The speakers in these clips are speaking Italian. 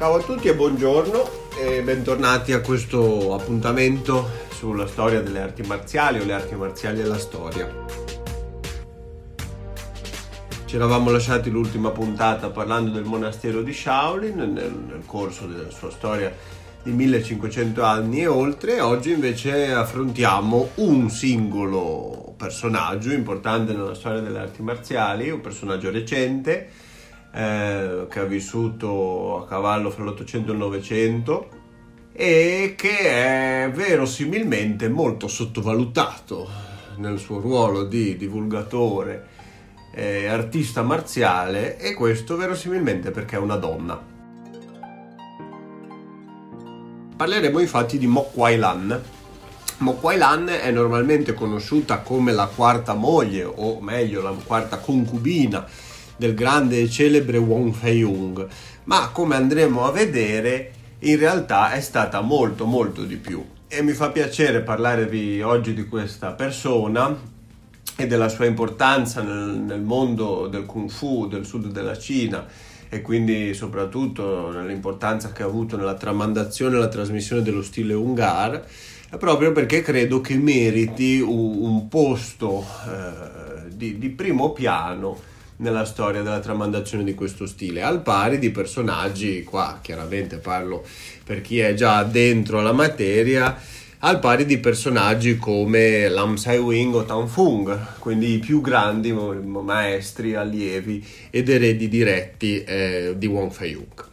Ciao a tutti e buongiorno e bentornati a questo appuntamento sulla storia delle arti marziali o le arti marziali e la storia. Ci eravamo lasciati l'ultima puntata parlando del monastero di Shaolin nel corso della sua storia di 1500 anni e oltre. Oggi invece affrontiamo un singolo personaggio importante nella storia delle arti marziali, un personaggio recente che ha vissuto a cavallo fra l'800 e il 900 e che è verosimilmente molto sottovalutato nel suo ruolo di divulgatore e artista marziale, e questo verosimilmente perché è una donna. Parleremo infatti di Mo Kwai Lan. Mo Kwai Lan è normalmente conosciuta come la quarta moglie, o meglio la quarta concubina del grande e celebre Wong Fei-hung, ma come andremo a vedere in realtà è stata molto di più. E mi fa piacere parlarvi oggi di questa persona e della sua importanza nel mondo del Kung Fu del sud della Cina, e quindi soprattutto nell'importanza che ha avuto nella tramandazione e la trasmissione dello stile Hung-Gar, proprio perché credo che meriti un posto di primo piano nella storia della tramandazione di questo stile, al pari di personaggi, qua chiaramente parlo per chi è già dentro alla materia, al pari di personaggi come Lam Sai-wing o Tan Fung, quindi i più grandi maestri, allievi ed eredi diretti di Wong Fei-hung.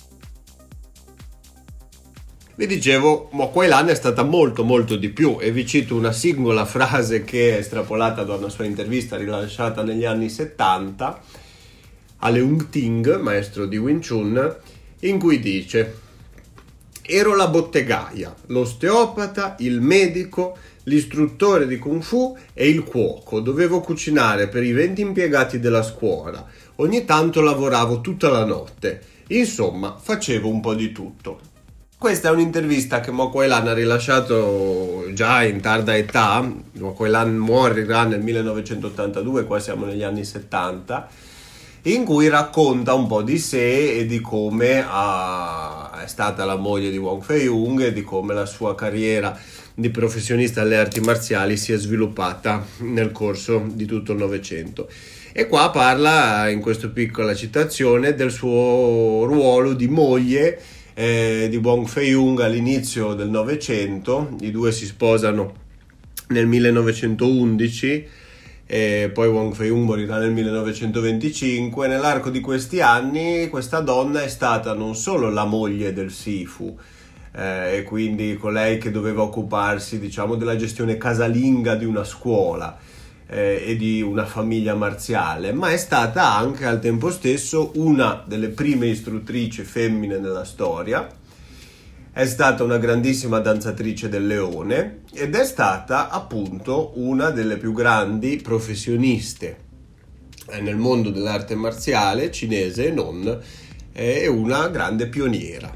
Vi dicevo, Mo Kwai Lan è stata molto di più, e vi cito una singola frase che è estrapolata da una sua intervista rilasciata negli anni 70 a Leung Ting, maestro di Wing Chun, in cui dice: ero la bottegaia, l'osteopata, il medico, l'istruttore di Kung Fu e il cuoco. Dovevo cucinare per i 20 impiegati della scuola. Ogni tanto lavoravo tutta la notte. Insomma, facevo un po' di tutto. Questa è un'intervista che Mo Kwai Lan ha rilasciato già in tarda età. Mo Kwai Lan morirà nel 1982, qua siamo negli anni 70, in cui racconta un po' di sé e di come è stata la moglie di Wong Fei-hung e di come la sua carriera di professionista alle arti marziali si è sviluppata nel corso di tutto il Novecento. E qua parla, in questa piccola citazione, del suo ruolo di moglie di Wong Fei-hung all'inizio del Novecento. I due si sposano nel 1911 e poi Wong Fei-hung morirà nel 1925. Nell'arco di questi anni questa donna è stata non solo la moglie del Sifu e quindi colei che doveva occuparsi, diciamo, della gestione casalinga di una scuola e di una famiglia marziale, ma è stata anche al tempo stesso una delle prime istruttrici femmine nella storia, è stata una grandissima danzatrice del leone ed è stata appunto una delle più grandi professioniste nel mondo dell'arte marziale cinese e non, è una grande pioniera.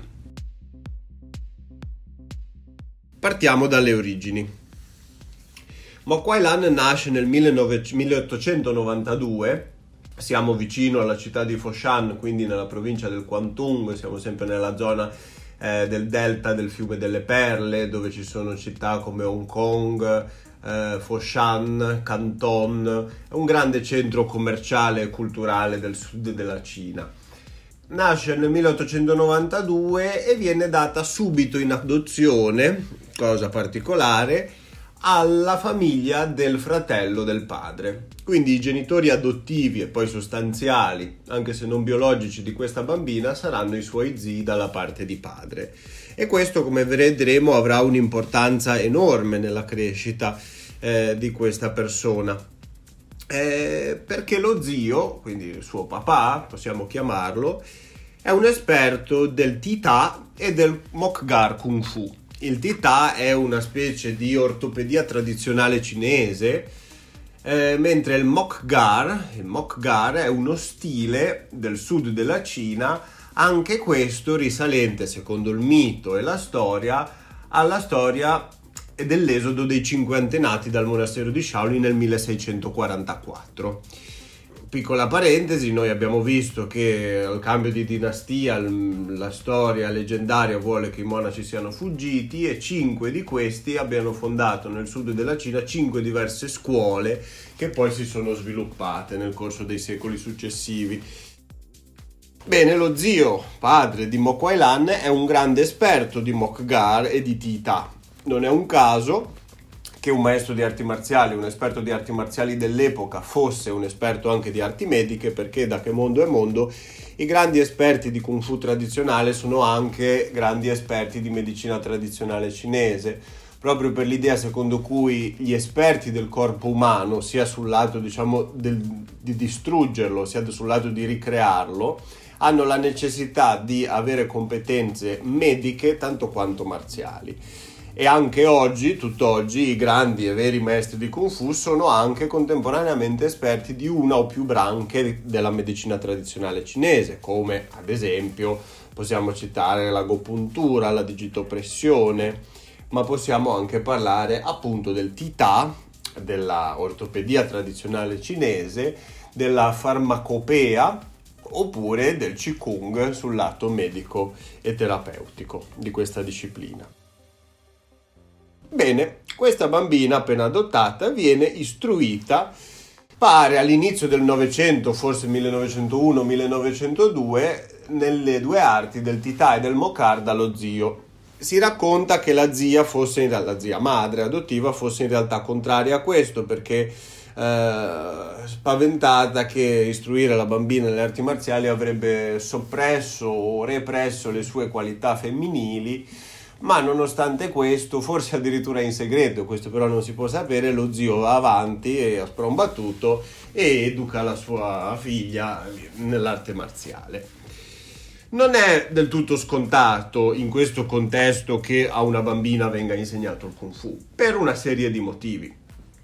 Partiamo dalle origini. Mo Kwai Lan nasce nel 1892, siamo vicino alla città di Foshan, quindi nella provincia del Guangdong, siamo sempre nella zona del delta del fiume delle Perle, dove ci sono città come Hong Kong, Foshan, Canton, un grande centro commerciale e culturale del sud della Cina. Nasce nel 1892 e viene data subito in adozione, cosa particolare, alla famiglia del fratello del padre. Quindi i genitori adottivi e poi sostanziali, anche se non biologici, di questa bambina saranno i suoi zii dalla parte di padre. E questo, come vedremo, avrà un'importanza enorme nella crescita di questa persona. Perché lo zio, quindi il suo papà, possiamo chiamarlo, è un esperto del Tita e del Mok-Gar Kung Fu. Il Tita è una specie di ortopedia tradizionale cinese, mentre il Mok-Gar è uno stile del sud della Cina, anche questo risalente, secondo il mito e la storia, alla storia dell'esodo dei cinque antenati dal monastero di Shaolin nel 1644. Piccola parentesi, noi abbiamo visto che al cambio di dinastia la storia leggendaria vuole che i monaci siano fuggiti e 5 di questi abbiano fondato nel sud della Cina 5 diverse scuole che poi si sono sviluppate nel corso dei secoli successivi. Bene, lo zio padre di Mo Kuai-lan è un grande esperto di Mokgar e di Ti Ta. Non è un caso che un maestro di arti marziali, un esperto di arti marziali dell'epoca, fosse un esperto anche di arti mediche, perché da che mondo è mondo, i grandi esperti di Kung Fu tradizionale sono anche grandi esperti di medicina tradizionale cinese, proprio per l'idea secondo cui gli esperti del corpo umano, sia sul lato di distruggerlo, sia sul lato di ricrearlo, hanno la necessità di avere competenze mediche tanto quanto marziali. E anche oggi, tutt'oggi, i grandi e veri maestri di Kung Fu sono anche contemporaneamente esperti di una o più branche della medicina tradizionale cinese, come ad esempio possiamo citare l'agopuntura, la digitopressione, ma possiamo anche parlare appunto del Ti Ta, della ortopedia tradizionale cinese, della farmacopea, oppure del Qigong sul lato medico e terapeutico di questa disciplina. Bene, questa bambina appena adottata viene istruita, pare all'inizio del Novecento, forse 1901-1902, nelle due arti del Ti Ta e del Mokar dallo zio. Si racconta che la zia madre adottiva fosse in realtà contraria a questo, perché spaventata che istruire la bambina nelle arti marziali avrebbe soppresso o represso le sue qualità femminili. Ma nonostante questo, forse addirittura in segreto, questo però non si può sapere, lo zio va avanti e a sprombattuto e educa la sua figlia nell'arte marziale. Non è del tutto scontato in questo contesto che a una bambina venga insegnato il Kung Fu, per una serie di motivi.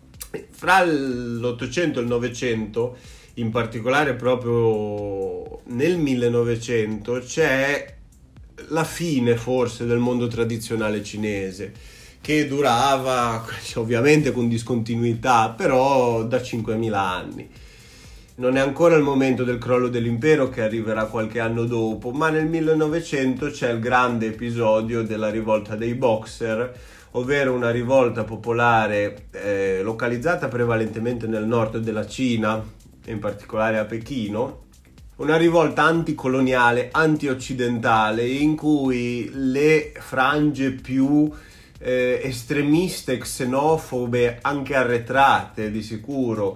Fra l'Ottocento e il Novecento, in particolare proprio nel 1900, c'è la fine forse del mondo tradizionale cinese, che durava ovviamente con discontinuità, però da 5.000 anni. Non è ancora il momento del crollo dell'impero, che arriverà qualche anno dopo, ma nel 1900 c'è il grande episodio della rivolta dei Boxer, ovvero una rivolta popolare localizzata prevalentemente nel nord della Cina, in particolare a Pechino. Una rivolta anticoloniale, anti-occidentale, in cui le frange più estremiste, xenofobe, anche arretrate di sicuro,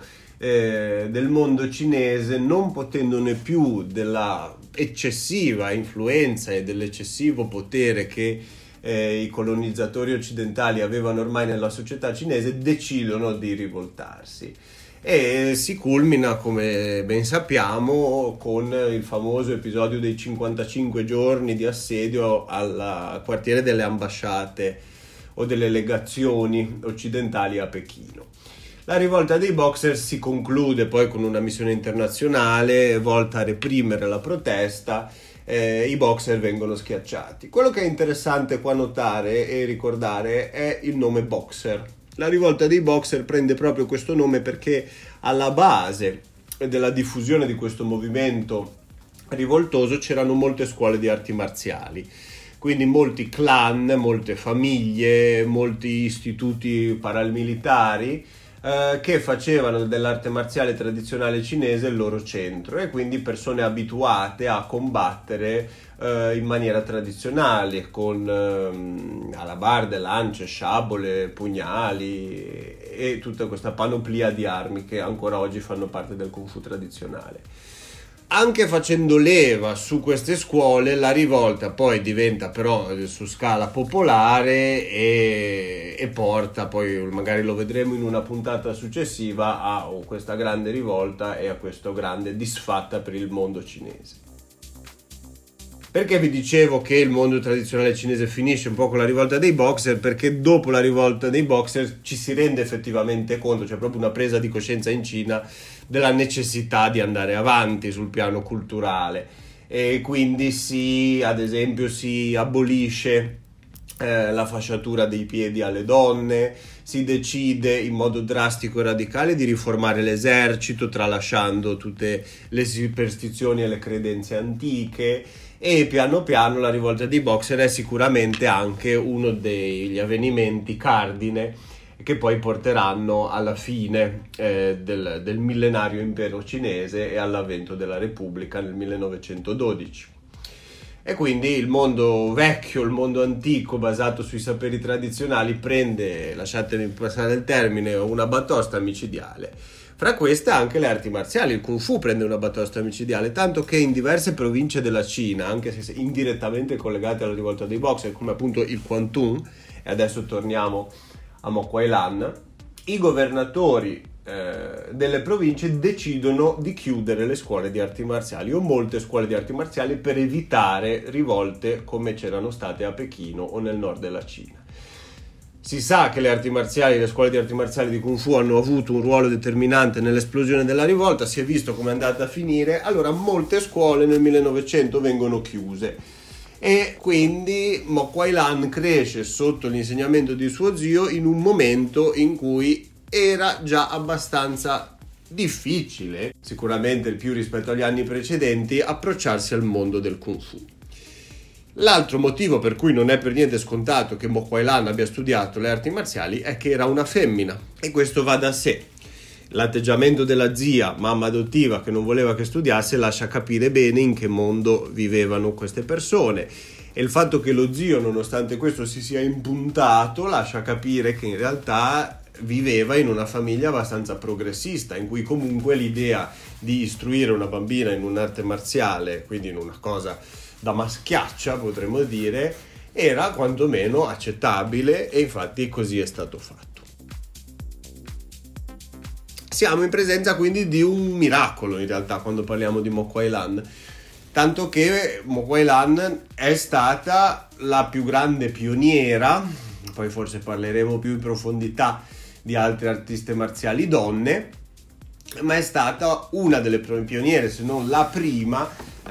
del mondo cinese, non potendone più della eccessiva influenza e dell'eccessivo potere che i colonizzatori occidentali avevano ormai nella società cinese, decidono di rivoltarsi. E si culmina, come ben sappiamo, con il famoso episodio dei 55 giorni di assedio al quartiere delle ambasciate o delle legazioni occidentali a Pechino. La rivolta dei Boxer si conclude poi con una missione internazionale volta a reprimere la protesta. I Boxer vengono schiacciati. Quello che è interessante qua notare e ricordare è il nome Boxer. La rivolta dei Boxer prende proprio questo nome perché alla base della diffusione di questo movimento rivoltoso c'erano molte scuole di arti marziali, quindi molti clan, molte famiglie, molti istituti paramilitari che facevano dell'arte marziale tradizionale cinese il loro centro, e quindi persone abituate a combattere in maniera tradizionale con alabarde, lance, sciabole, pugnali e tutta questa panoplia di armi che ancora oggi fanno parte del Kung Fu tradizionale. Anche facendo leva su queste scuole, la rivolta poi diventa però su scala popolare e porta, poi magari lo vedremo in una puntata successiva, a questa grande rivolta e a questo grande disfatta per il mondo cinese. Perché vi dicevo che il mondo tradizionale cinese finisce un po' con la rivolta dei Boxer? Perché dopo la rivolta dei Boxer ci si rende effettivamente conto, c'è proprio una presa di coscienza in Cina della necessità di andare avanti sul piano culturale, e quindi ad esempio si abolisce la fasciatura dei piedi alle donne, si decide in modo drastico e radicale di riformare l'esercito, tralasciando tutte le superstizioni e le credenze antiche, e piano piano la rivolta dei Boxer è sicuramente anche uno degli avvenimenti cardine che poi porteranno alla fine del millenario impero cinese e all'avvento della Repubblica nel 1912. E quindi il mondo vecchio, il mondo antico basato sui saperi tradizionali prende, lasciatemi passare il termine, una batosta micidiale. Fra queste anche le arti marziali, il Kung Fu prende una batosta micidiale, tanto che in diverse province della Cina, anche se indirettamente collegate alla rivolta dei Boxer, come appunto il Kwantung, e adesso torniamo a Mok Lan, i governatori delle province decidono di chiudere le scuole di arti marziali o molte scuole di arti marziali per evitare rivolte come c'erano state a Pechino o nel nord della Cina. Si sa che le arti marziali, le scuole di arti marziali di Kung Fu hanno avuto un ruolo determinante nell'esplosione della rivolta, si è visto come è andata a finire, allora molte scuole nel 1900 vengono chiuse. E quindi Mok Lan cresce sotto l'insegnamento di suo zio in un momento in cui era già abbastanza difficile, sicuramente più rispetto agli anni precedenti, approcciarsi al mondo del Kung Fu. L'altro motivo per cui non è per niente scontato che Mok Lan abbia studiato le arti marziali è che era una femmina, e questo va da sé. L'atteggiamento della zia, mamma adottiva, che non voleva che studiasse, lascia capire bene in che mondo vivevano queste persone, e il fatto che lo zio, nonostante questo, si sia impuntato lascia capire che in realtà viveva in una famiglia abbastanza progressista, in cui comunque l'idea di istruire una bambina in un'arte marziale, quindi in una cosa da maschiaccia potremmo dire, era quantomeno accettabile, e infatti così è stato fatto. Siamo in presenza quindi di un miracolo in realtà quando parliamo di Mok Lan, tanto che Mok Lan è stata la più grande pioniera, poi forse parleremo più in profondità di altre artiste marziali donne, ma è stata una delle pioniere, se non la prima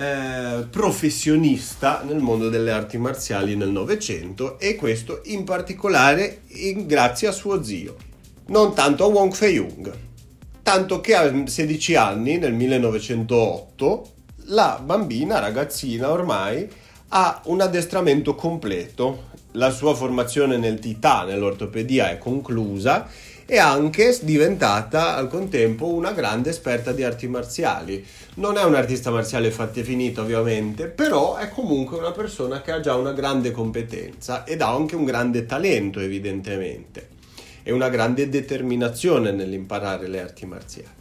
professionista nel mondo delle arti marziali nel Novecento, e questo in particolare grazie a suo zio, non tanto a Wong Fei Hung, tanto che a 16 anni, nel 1908, la bambina, ragazzina ormai, ha un addestramento completo. La sua formazione nel TITA, nell'ortopedia, è conclusa, e anche diventata al contempo una grande esperta di arti marziali. Non è un'artista marziale fatta e finita ovviamente, però è comunque una persona che ha già una grande competenza ed ha anche un grande talento evidentemente, e una grande determinazione nell'imparare le arti marziali.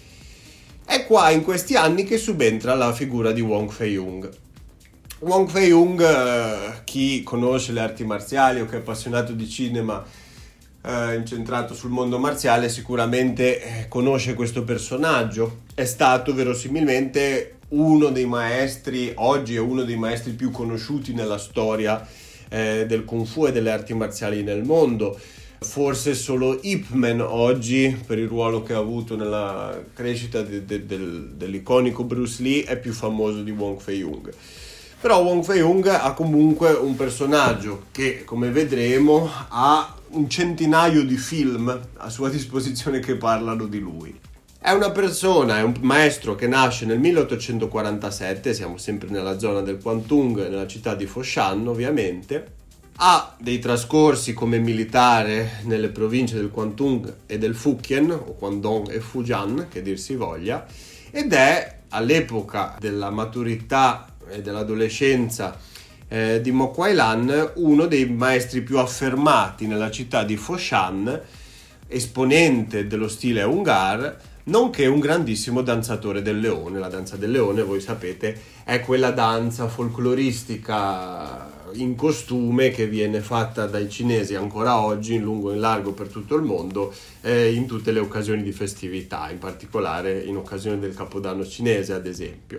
È qua in questi anni che subentra la figura di Wong Fei Hung. Wong Fei Hung, chi conosce le arti marziali o che è appassionato di cinema incentrato sul mondo marziale sicuramente conosce questo personaggio. È stato verosimilmente uno dei maestri, oggi è uno dei maestri più conosciuti nella storia del Kung Fu e delle arti marziali nel mondo. Forse solo Ip Man oggi, per il ruolo che ha avuto nella crescita dell'iconico Bruce Lee, è più famoso di Wong Fei Hung. Però Wong Fei Hung ha comunque un personaggio che, come vedremo, ha un centinaio di film a sua disposizione che parlano di lui. È una persona, è un maestro che nasce nel 1847, siamo sempre nella zona del Kwantung, nella città di Foshan ovviamente. Ha dei trascorsi come militare nelle province del Kwantung e del Fujian, o Guangdong e Fujian, che dir si voglia, ed è all'epoca della maturità e dell'adolescenza di Mok Lan uno dei maestri più affermati nella città di Foshan, esponente dello stile Hung-Gar, nonché un grandissimo danzatore del leone. La danza del leone, voi sapete, è quella danza folcloristica in costume che viene fatta dai cinesi ancora oggi in lungo e in largo per tutto il mondo, in tutte le occasioni di festività, in particolare in occasione del Capodanno cinese ad esempio.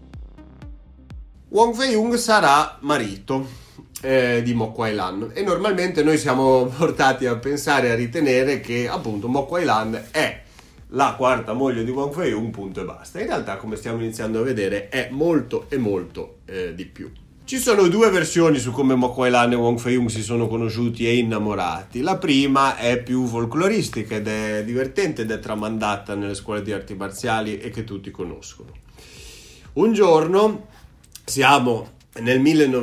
Wong Fei Hung sarà marito di Mok Lan, e normalmente noi siamo portati a pensare, a ritenere che appunto Mok Lan è la quarta moglie di Wong Fei Hung, punto e basta. In realtà, come stiamo iniziando a vedere, è molto e molto di più. Ci sono due versioni su come Mo Kwai-lan e Wong Fei-hung si sono conosciuti e innamorati. La prima è più folcloristica ed è divertente ed è tramandata nelle scuole di arti marziali e che tutti conoscono. Un giorno, siamo nel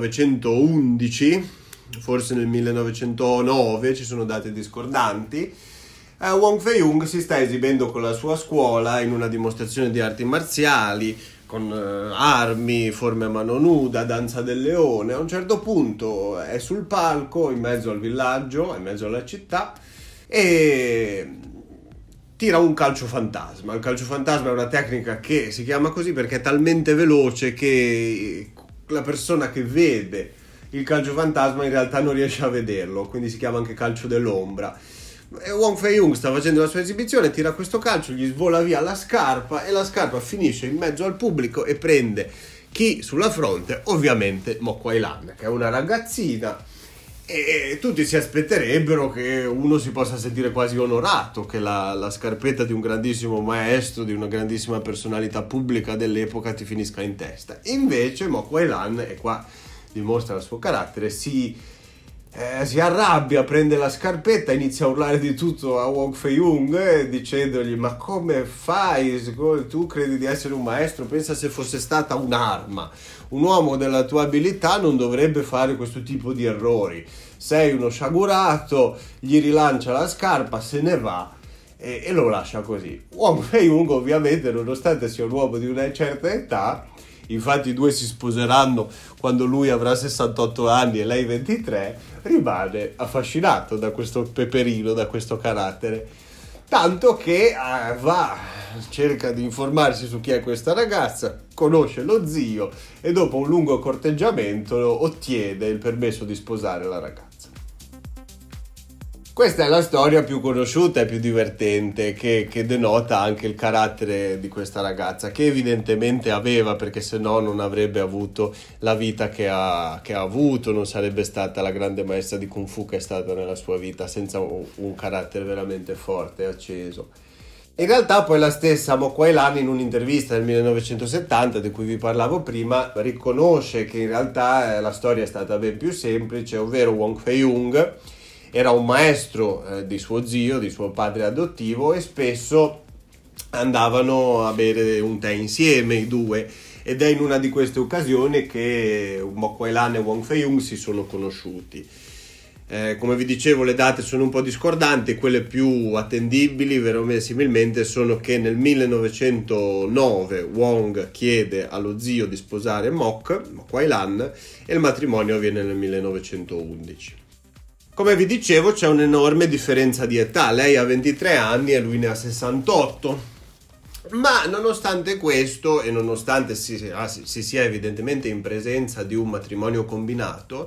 1911, forse nel 1909, ci sono date discordanti, Wong Fei-hung si sta esibendo con la sua scuola in una dimostrazione di arti marziali, con armi, forme a mano nuda, danza del leone. A un certo punto è sul palco, in mezzo al villaggio, in mezzo alla città, e tira un calcio fantasma. Il calcio fantasma è una tecnica che si chiama così perché è talmente veloce che la persona che vede il calcio fantasma in realtà non riesce a vederlo, quindi si chiama anche calcio dell'ombra. E Wong Fei-hung sta facendo la sua esibizione, tira questo calcio, gli svola via la scarpa e la scarpa finisce in mezzo al pubblico e prende chi sulla fronte? Ovviamente Mo Kwai-lan, che è una ragazzina, e tutti si aspetterebbero che uno si possa sentire quasi onorato che la scarpetta di un grandissimo maestro, di una grandissima personalità pubblica dell'epoca ti finisca in testa. Invece Mo Kwai-lan, e qua dimostra il suo carattere, si arrabbia, prende la scarpetta, inizia a urlare di tutto a Wong Fei-hung, dicendogli: ma come fai? Tu credi di essere un maestro? Pensa se fosse stata un'arma. Un uomo della tua abilità non dovrebbe fare questo tipo di errori. Sei uno sciagurato. Gli rilancia la scarpa, se ne va e lo lascia così. Wong Fei-hung, ovviamente, nonostante sia un uomo di una certa età, infatti i due si sposeranno quando lui avrà 68 anni e lei 23, rimane affascinato da questo peperino, da questo carattere, tanto che cerca di informarsi su chi è questa ragazza, conosce lo zio e dopo un lungo corteggiamento ottiene il permesso di sposare la ragazza. Questa è la storia più conosciuta e più divertente che denota anche il carattere di questa ragazza, che evidentemente aveva, perché se no non avrebbe avuto la vita che ha avuto, non sarebbe stata la grande maestra di Kung Fu che è stata nella sua vita, senza un carattere veramente forte e acceso. In realtà poi la stessa Mo Kwai-lan, in un'intervista del 1970 di cui vi parlavo prima, riconosce che in realtà la storia è stata ben più semplice, ovvero Wong Fei-hung era un maestro di suo zio, di suo padre adottivo, e spesso andavano a bere un tè insieme i due, ed è in una di queste occasioni che Mo Kwai-lan e Wong Fei-hung si sono conosciuti. Come vi dicevo, le date sono un po' discordanti, quelle più attendibili verosimilmente sono che nel 1909 Wong chiede allo zio di sposare Mo Kwai-lan e il matrimonio avviene nel 1911. Come vi dicevo, c'è un'enorme differenza di età, lei ha 23 anni e lui ne ha 68, ma nonostante questo e nonostante si sia evidentemente in presenza di un matrimonio combinato,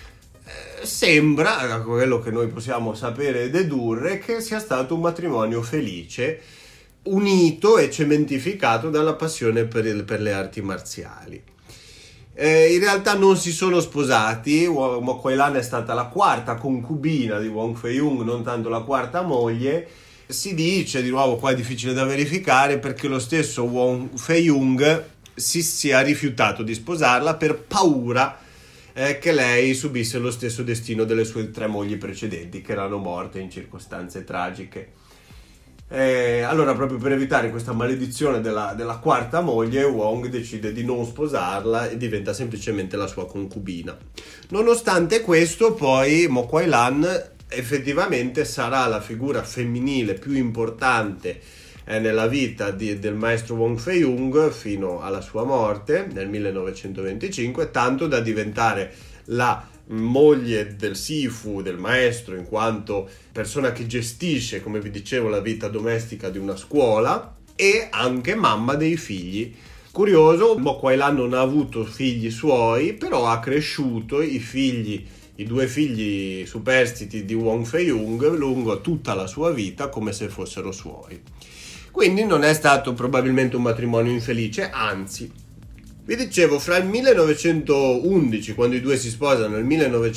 sembra, da quello che noi possiamo sapere e dedurre, che sia stato un matrimonio felice, unito e cementificato dalla passione per le arti marziali. In realtà non si sono sposati. Mo Kwai-lan è stata la quarta concubina di Wong Fei-hung, non tanto la quarta moglie. Si dice, di nuovo qua è difficile da verificare, perché lo stesso Wong Fei-hung si sia rifiutato di sposarla per paura che lei subisse lo stesso destino delle sue 3 mogli precedenti, che erano morte in circostanze tragiche. Allora, proprio per evitare questa maledizione della quarta moglie, Wong decide di non sposarla e diventa semplicemente la sua concubina. Nonostante questo, poi Mo Kwai-lan effettivamente sarà la figura femminile più importante nella vita del maestro Wong Fei-hung fino alla sua morte nel 1925, tanto da diventare la moglie del Sifu, del maestro, in quanto persona che gestisce, come vi dicevo, la vita domestica di una scuola, e anche mamma dei figli. Curioso, Mo Kwai-lan non ha avuto figli suoi, però ha cresciuto i 2 figli superstiti di Wong Fei-hung lungo tutta la sua vita come se fossero suoi. Quindi non è stato probabilmente un matrimonio infelice, anzi. Vi dicevo, fra il 1911, quando i due si sposano, e il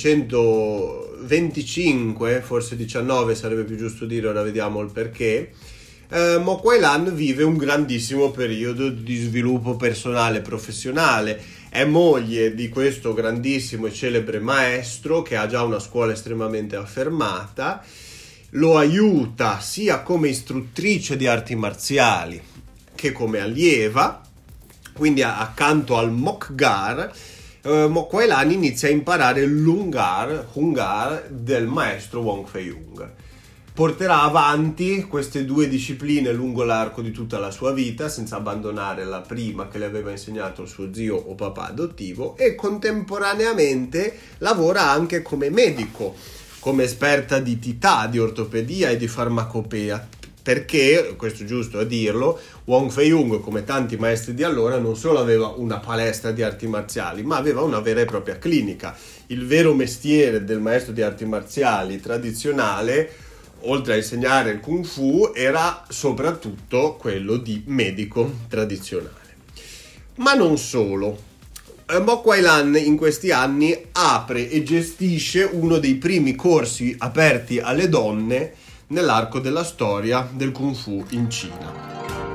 1925, forse 19 sarebbe più giusto dire, ora vediamo il perché, Mo Kwai-lan vive un grandissimo periodo di sviluppo personale e professionale. È moglie di questo grandissimo e celebre maestro che ha già una scuola estremamente affermata, lo aiuta sia come istruttrice di arti marziali che come allieva, quindi accanto al Mokgar, Mo Kuai-lan inizia a imparare l'Hungar del maestro Wong Fei-hung. Porterà avanti queste due discipline lungo l'arco di tutta la sua vita, senza abbandonare la prima che le aveva insegnato il suo zio o papà adottivo, e contemporaneamente lavora anche come medico, come esperta di TITA, di ortopedia e di farmacopea, perché, questo è giusto a dirlo, Wong Fei-hung, come tanti maestri di allora, non solo aveva una palestra di arti marziali, ma aveva una vera e propria clinica. Il vero mestiere del maestro di arti marziali tradizionale, oltre a insegnare il Kung Fu, era soprattutto quello di medico tradizionale. Ma non solo. Mo Kuai-lan in questi anni apre e gestisce uno dei primi corsi aperti alle donne nell'arco della storia del Kung Fu in Cina.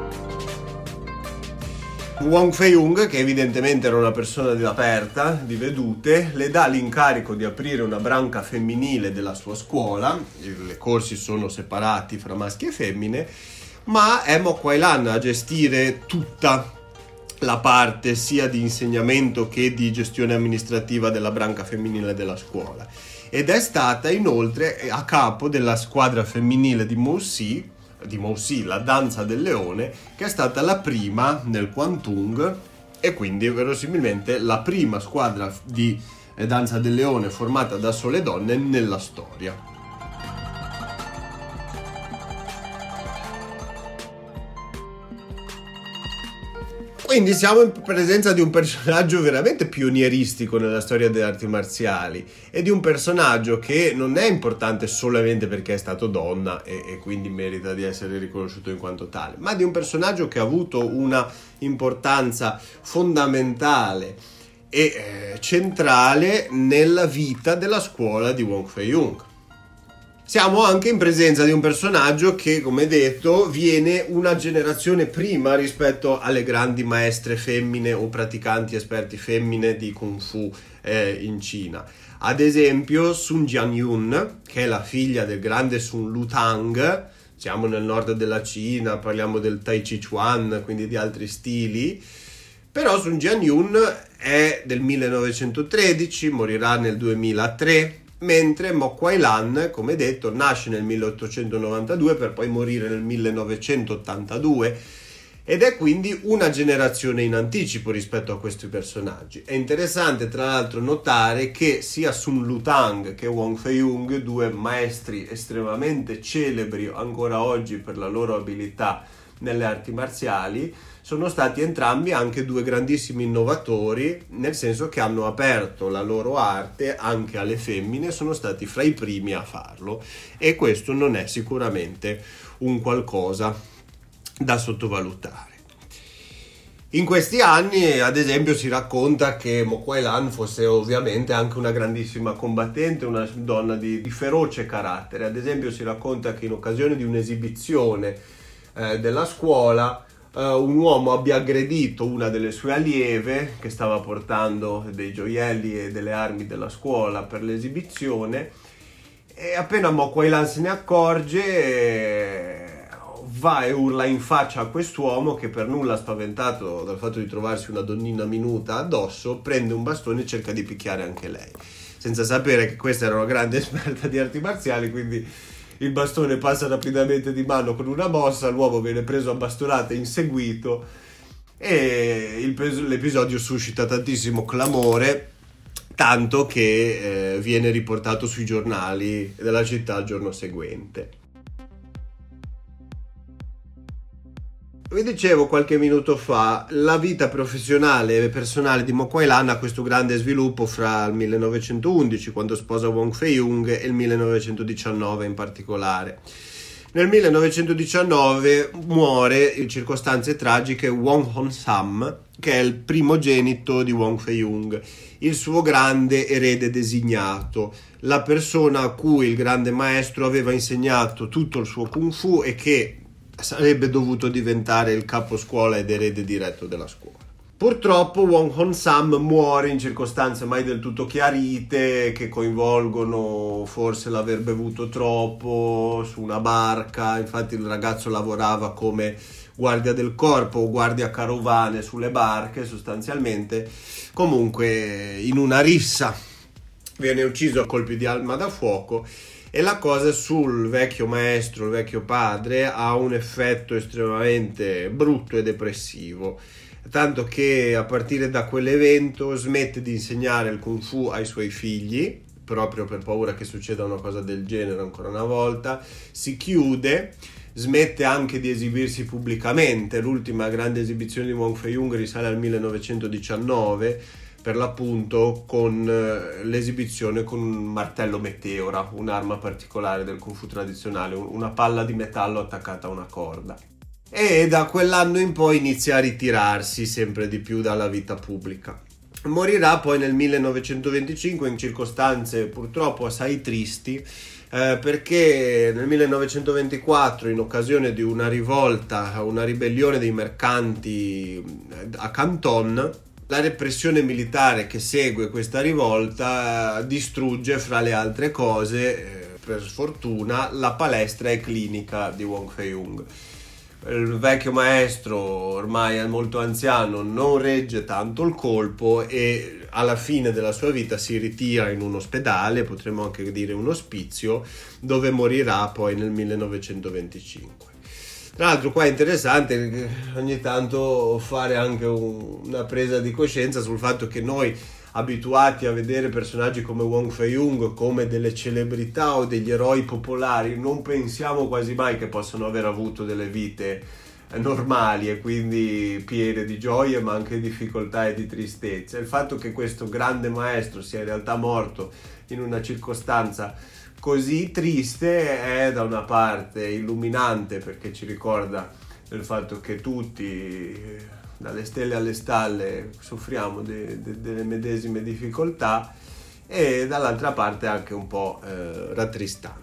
Wong Fei-hung, che evidentemente era una persona aperta, di vedute, le dà l'incarico di aprire una branca femminile della sua scuola. I corsi sono separati fra maschi e femmine, ma è Mo Kuai-lan a gestire tutta la parte sia di insegnamento che di gestione amministrativa della branca femminile della scuola, ed è stata inoltre a capo della squadra femminile di Mo-si, la danza del leone, che è stata la prima nel Kwantung e quindi verosimilmente la prima squadra di danza del leone formata da sole donne nella storia. Quindi siamo in presenza di un personaggio veramente pionieristico nella storia delle arti marziali, e di un personaggio che non è importante solamente perché è stato donna e quindi merita di essere riconosciuto in quanto tale, ma di un personaggio che ha avuto una importanza fondamentale e centrale nella vita della scuola di Wong Fei-hung. Siamo anche in presenza di un personaggio che, come detto, viene una generazione prima rispetto alle grandi maestre femmine o praticanti esperti femmine di Kung Fu in Cina. Ad esempio Sun Jianyun, che è la figlia del grande Sun Lutang. Siamo nel nord della Cina, parliamo del Tai Chi Chuan, quindi di altri stili. Però Sun Jianyun è del 1913, morirà nel 2003, mentre Mo Kuai-lan, come detto, nasce nel 1892 per poi morire nel 1982, ed è quindi una generazione in anticipo rispetto a questi personaggi. È interessante tra l'altro notare che sia Sun Lutang che Wong Fei-hung, due maestri estremamente celebri ancora oggi per la loro abilità nelle arti marziali, sono stati entrambi anche due grandissimi innovatori, nel senso che hanno aperto la loro arte anche alle femmine, sono stati fra i primi a farlo, e questo non è sicuramente un qualcosa da sottovalutare. In questi anni, ad esempio, si racconta che Mo Kuai-lan fosse ovviamente anche una grandissima combattente, una donna di feroce carattere. Ad esempio si racconta che in occasione di un'esibizione della scuola un uomo abbia aggredito una delle sue allieve che stava portando dei gioielli e delle armi della scuola per l'esibizione, e appena Mo Kuai-lan se ne accorge va e urla in faccia a quest'uomo, che per nulla spaventato dal fatto di trovarsi una donnina minuta addosso, prende un bastone e cerca di picchiare anche lei, senza sapere che questa era una grande esperta di arti marziali. Quindi il bastone passa rapidamente di mano con una mossa, l'uomo viene preso a bastonate, inseguito, e l'episodio suscita tantissimo clamore, tanto che viene riportato sui giornali della città il giorno seguente. Vi dicevo qualche minuto fa, la vita professionale e personale di Mo Kuai-lan ha questo grande sviluppo fra il 1911, quando sposa Wong Fei-hung, e il 1919 in particolare. Nel 1919 muore in circostanze tragiche Wong Hon-sam, che è il primogenito di Wong Fei-hung, il suo grande erede designato, la persona a cui il grande maestro aveva insegnato tutto il suo Kung Fu e che sarebbe dovuto diventare il caposcuola ed erede diretto della scuola. Purtroppo Wong Hong-sam muore in circostanze mai del tutto chiarite, che coinvolgono forse l'aver bevuto troppo su una barca. Infatti il ragazzo lavorava come guardia del corpo o guardia carovane sulle barche sostanzialmente. Comunque in una rissa viene ucciso a colpi di arma da fuoco, e la cosa sul vecchio maestro, il vecchio padre, ha un effetto estremamente brutto e depressivo, tanto che a partire da quell'evento smette di insegnare il Kung Fu ai suoi figli, proprio per paura che succeda una cosa del genere ancora una volta. Si chiude, smette anche di esibirsi pubblicamente. L'ultima grande esibizione di Wong Fei-hung risale al 1919, per l'appunto con l'esibizione con un martello meteora, un'arma particolare del Kung Fu tradizionale, una palla di metallo attaccata a una corda. E da quell'anno in poi inizia a ritirarsi sempre di più dalla vita pubblica. Morirà poi nel 1925 in circostanze purtroppo assai tristi, perché nel 1924, in occasione di una rivolta, una ribellione dei mercanti a Canton, la repressione militare che segue questa rivolta distrugge, fra le altre cose, per sfortuna, la palestra e clinica di Wong Fei-hung. Il vecchio maestro, ormai molto anziano, non regge tanto il colpo e alla fine della sua vita si ritira in un ospedale, potremmo anche dire un ospizio, dove morirà poi nel 1925. Tra l'altro qua è interessante ogni tanto fare anche una presa di coscienza sul fatto che noi, abituati a vedere personaggi come Wong Fei-hung come delle celebrità o degli eroi popolari, non pensiamo quasi mai che possano aver avuto delle vite normali e quindi piene di gioie ma anche di difficoltà e di tristezza. Il fatto che questo grande maestro sia in realtà morto in una circostanza così triste è da una parte illuminante, perché ci ricorda del fatto che tutti, dalle stelle alle stalle, soffriamo delle medesime difficoltà, e dall'altra parte anche un po' rattristante.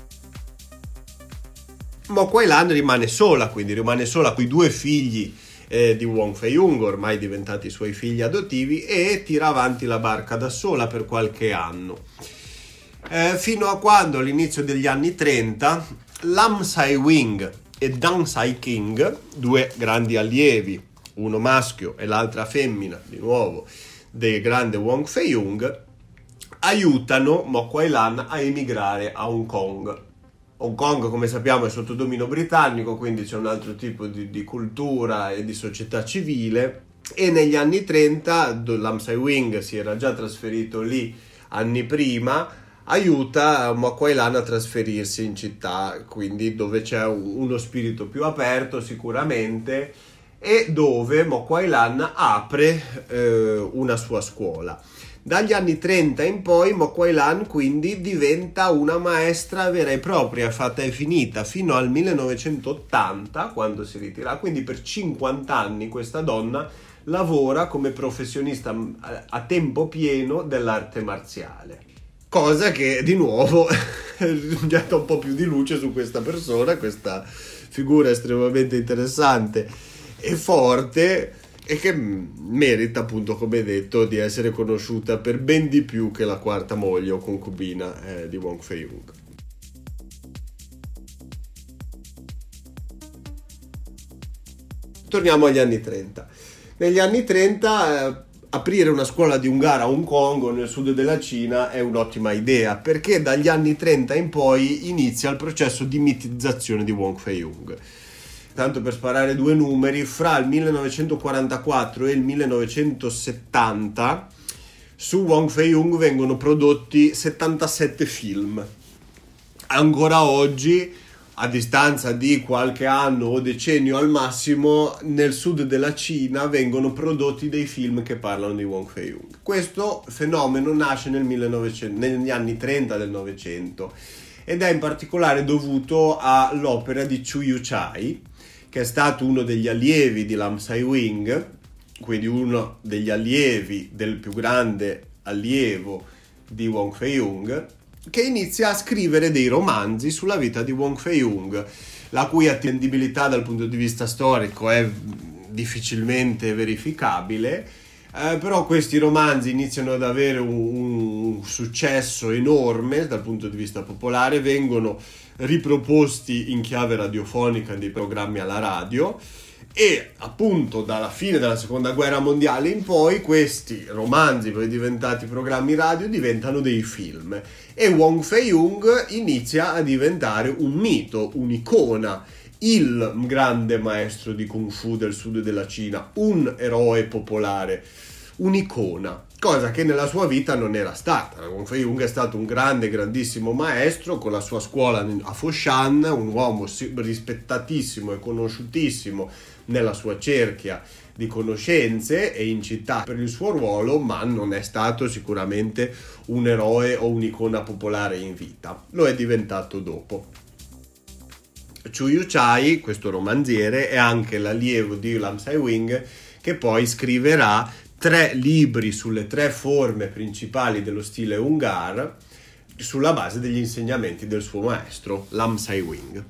Mo Kuai Lan rimane sola con i due figli di Wong Fei-hung, ormai diventati i suoi figli adottivi, e tira avanti la barca da sola per qualche anno. Fino a quando, all'inizio degli anni 30, Lam Sai-wing e Deng Sai-king, due grandi allievi, uno maschio e l'altra femmina, di nuovo, del grande Wong Fei-hung, aiutano Mo Kuai Lan a emigrare a Hong Kong. Hong Kong, come sappiamo, è sotto dominio britannico, quindi c'è un altro tipo di cultura e di società civile, e negli anni 30 Lam Sai-wing si era già trasferito lì anni prima, aiuta Mo Kuai Lan a trasferirsi in città, quindi dove c'è uno spirito più aperto sicuramente, e dove Mo Kuai Lan apre una sua scuola. Dagli anni 30 in poi Mo Kuai Lan quindi diventa una maestra vera e propria, fatta e finita, fino al 1980, quando si ritira. Quindi per 50 anni questa donna lavora come professionista a tempo pieno dell'arte marziale. Cosa che di nuovo getta un po' più di luce su questa persona, questa figura estremamente interessante e forte, e che merita, appunto, come detto, di essere conosciuta per ben di più che la quarta moglie o concubina di Wong Fei-hung. Torniamo agli anni 30. Negli anni 30 aprire una scuola di Ungara a Hong Kong o nel sud della Cina è un'ottima idea, perché dagli anni 30 in poi inizia il processo di mitizzazione di Wong Fei-hung. Tanto per sparare due numeri, fra il 1944 e il 1970 su Wong Fei-hung vengono prodotti 77 film. Ancora oggi, a distanza di qualche anno o decennio al massimo, nel sud della Cina vengono prodotti dei film che parlano di Wong Fei-hung. Questo fenomeno nasce negli anni 30 del Novecento ed è in particolare dovuto all'opera di Chu Yu-chai, che è stato uno degli allievi di Lam Sai-wing, quindi uno degli allievi del più grande allievo di Wong Fei-hung, che inizia a scrivere dei romanzi sulla vita di Wong Fei-hung, la cui attendibilità dal punto di vista storico è difficilmente verificabile. Però questi romanzi iniziano ad avere un successo enorme dal punto di vista popolare, vengono riproposti in chiave radiofonica dei programmi alla radio e appunto dalla fine della seconda guerra mondiale in poi questi romanzi, poi diventati programmi radio, diventano dei film e Wong Fei-hung inizia a diventare un mito, un'icona, il grande maestro di Kung Fu del sud della Cina, un eroe popolare, un'icona, cosa che nella sua vita non era stata. Wong Fei-hung è stato un grandissimo maestro con la sua scuola a Foshan, un uomo rispettatissimo e conosciutissimo nella sua cerchia di conoscenze e in città per il suo ruolo, ma non è stato sicuramente un eroe o un'icona popolare in vita. Lo è diventato dopo. Chu Yu-chai, questo romanziere, è anche l'allievo di Lam Sai-wing, che poi scriverà 3 libri sulle 3 forme principali dello stile Hung-gar sulla base degli insegnamenti del suo maestro Lam Sai-wing.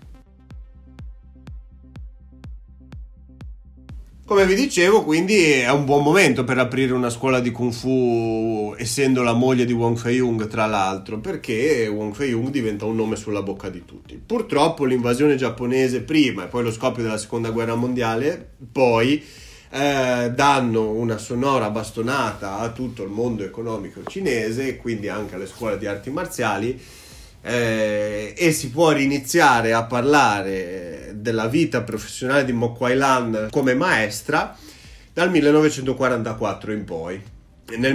Come vi dicevo, quindi è un buon momento per aprire una scuola di Kung Fu, essendo la moglie di Wong Fei-hung, tra l'altro, perché Wong Fei-hung diventa un nome sulla bocca di tutti. Purtroppo l'invasione giapponese prima e poi lo scoppio della seconda guerra mondiale poi danno una sonora bastonata a tutto il mondo economico cinese, quindi anche alle scuole di arti marziali, e si può riniziare a parlare della vita professionale di Mo Kuai-lan come maestra dal 1944 in poi. Nel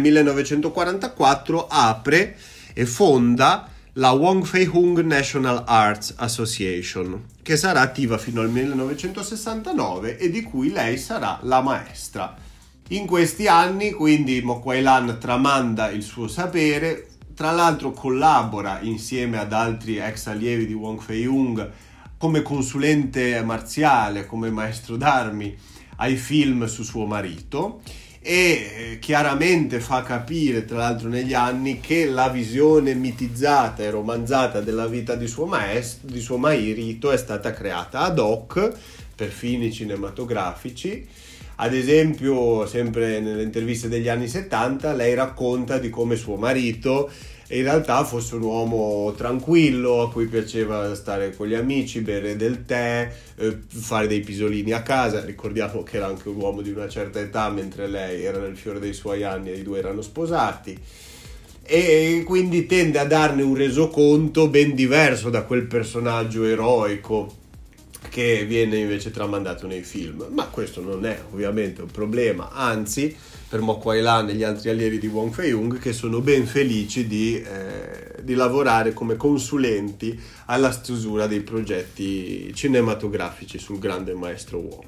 1944 apre e fonda la Wong Fei-hung National Arts Association, che sarà attiva fino al 1969 e di cui lei sarà la maestra. In questi anni, quindi, Mo Kuai-lan tramanda il suo sapere. Tra l'altro collabora insieme ad altri ex allievi di Wong Fei-hung come consulente marziale, come maestro d'armi ai film su suo marito, e chiaramente fa capire, tra l'altro negli anni, che la visione mitizzata e romanzata della vita di suo marito è stata creata ad hoc per fini cinematografici. Ad esempio, sempre nelle interviste degli anni 70, lei racconta di come suo marito in realtà fosse un uomo tranquillo, a cui piaceva stare con gli amici, bere del tè, fare dei pisolini a casa. Ricordiamo che era anche un uomo di una certa età, mentre lei era nel fiore dei suoi anni e i due erano sposati. E quindi tende a darne un resoconto ben diverso da quel personaggio eroico che viene invece tramandato nei film. Ma questo non è ovviamente un problema, anzi, per Mo Kuai-lan e gli altri allievi di Wong Fei-hung, che sono ben felici di lavorare come consulenti alla stesura dei progetti cinematografici sul grande maestro Wong.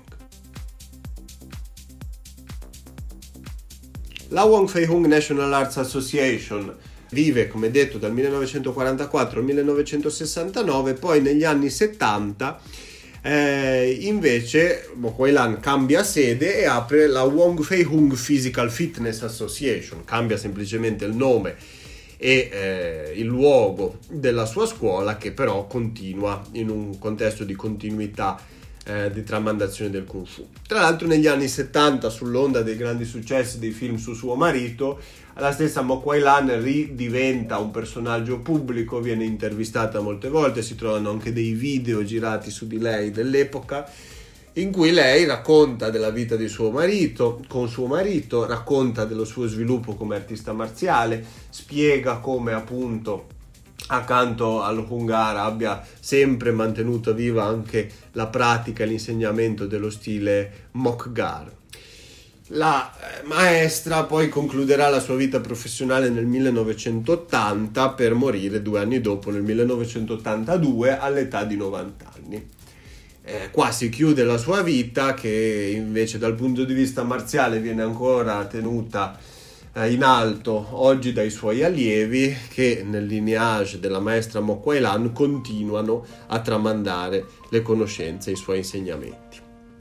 La Wong Fei-hung National Arts Association vive, come detto, dal 1944 al 1969, poi negli anni 70 invece Mo Kuai-lan cambia sede e apre la Wong Fei-hung Physical Fitness Association, cambia semplicemente il nome e il luogo della sua scuola, che però continua in un contesto di continuità di tramandazione del Kung Fu. Tra l'altro negli anni 70, sull'onda dei grandi successi dei film su suo marito, la stessa Mo Kuai-lan ridiventa un personaggio pubblico, viene intervistata molte volte, si trovano anche dei video girati su di lei dell'epoca, in cui lei racconta della vita di suo marito, con suo marito, racconta dello suo sviluppo come artista marziale, spiega come appunto accanto allo Hung-gar abbia sempre mantenuto viva anche la pratica e l'insegnamento dello stile Mok-gar. La maestra poi concluderà la sua vita professionale nel 1980 per morire 2 anni dopo, nel 1982, all'età di 90 anni. Qua si chiude la sua vita, che invece dal punto di vista marziale viene ancora tenuta in alto oggi dai suoi allievi, che nel lineage della maestra Mo Kuai-lan continuano a tramandare le conoscenze e i suoi insegnamenti.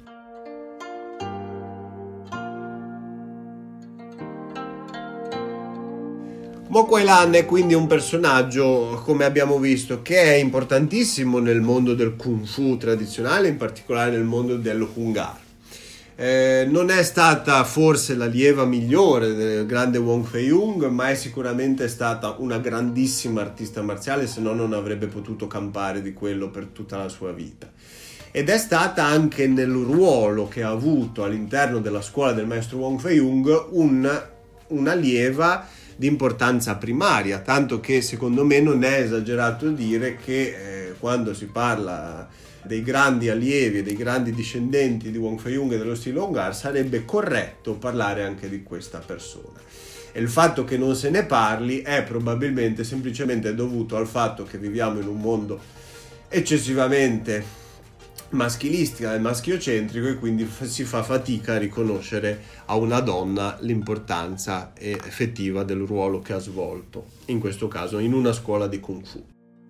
Mo Kuai-lan è quindi un personaggio, come abbiamo visto, che è importantissimo nel mondo del Kung Fu tradizionale, in particolare nel mondo dello Hung-gar. Non è stata forse l'allieva migliore del grande Wong Fei-hung, ma è sicuramente stata una grandissima artista marziale, se no non avrebbe potuto campare di quello per tutta la sua vita. Ed è stata anche nel ruolo che ha avuto all'interno della scuola del maestro Wong Fei-hung un'allieva di importanza primaria, tanto che secondo me non è esagerato dire che quando si parla dei grandi allievi e dei grandi discendenti di Wong Fei-hung e dello stile Hung Gar sarebbe corretto parlare anche di questa persona. E il fatto che non se ne parli è probabilmente semplicemente dovuto al fatto che viviamo in un mondo eccessivamente maschilistica e maschiocentrico, e quindi si fa fatica a riconoscere a una donna l'importanza effettiva del ruolo che ha svolto, in questo caso in una scuola di Kung Fu.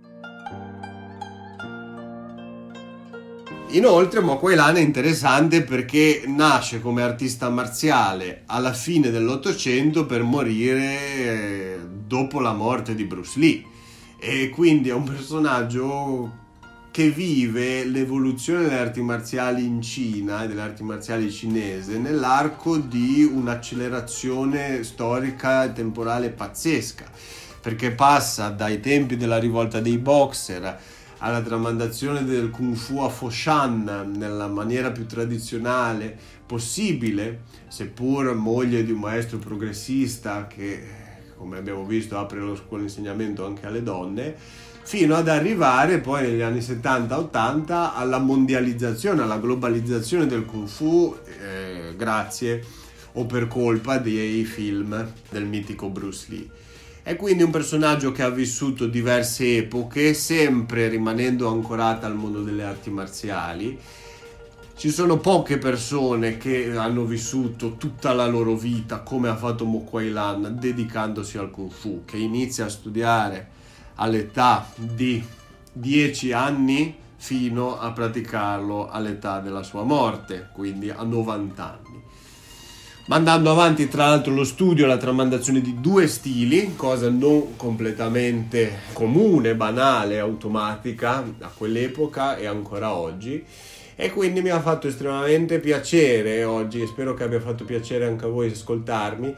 Inoltre Mo Kuei-lan è interessante perché nasce come artista marziale alla fine dell'Ottocento per morire dopo la morte di Bruce Lee, e quindi è un personaggio che vive l'evoluzione delle arti marziali in Cina e delle arti marziali cinese nell'arco di un'accelerazione storica e temporale pazzesca, perché passa dai tempi della rivolta dei boxer alla tramandazione del Kung Fu a Foshan nella maniera più tradizionale possibile, seppur moglie di un maestro progressista che, come abbiamo visto, apre lo scuola-insegnamento anche alle donne, fino ad arrivare poi negli anni 70-80 alla mondializzazione, alla globalizzazione del Kung Fu, grazie o per colpa dei film del mitico Bruce Lee. È quindi un personaggio che ha vissuto diverse epoche, sempre rimanendo ancorata al mondo delle arti marziali. Ci sono poche persone che hanno vissuto tutta la loro vita come ha fatto Mo Kuei-lan, dedicandosi al Kung Fu, che inizia a studiare all'età di 10 anni fino a praticarlo all'età della sua morte, quindi a 90 anni. Mandando avanti tra l'altro lo studio e la tramandazione di 2 stili, cosa non completamente comune, banale, automatica a quell'epoca e ancora oggi, e quindi mi ha fatto estremamente piacere oggi, e spero che abbia fatto piacere anche a voi ascoltarmi,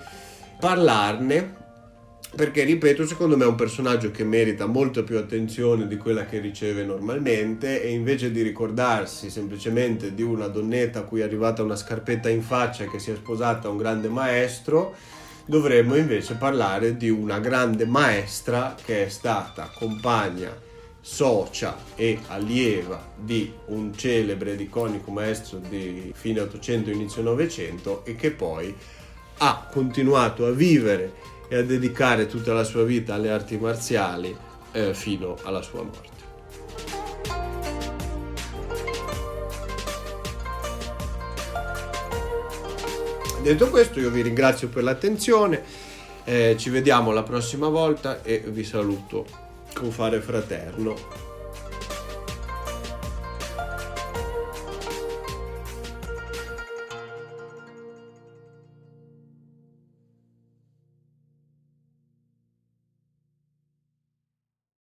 parlarne, perché ripeto, secondo me è un personaggio che merita molto più attenzione di quella che riceve normalmente, e invece di ricordarsi semplicemente di una donnetta a cui è arrivata una scarpetta in faccia e che si è sposata a un grande maestro, dovremmo invece parlare di una grande maestra che è stata compagna, socia e allieva di un celebre ed iconico maestro di fine 800 inizio 900, e che poi ha continuato a vivere e a dedicare tutta la sua vita alle arti marziali fino alla sua morte. Detto questo, io vi ringrazio per l'attenzione, ci vediamo la prossima volta e vi saluto con fare fraterno.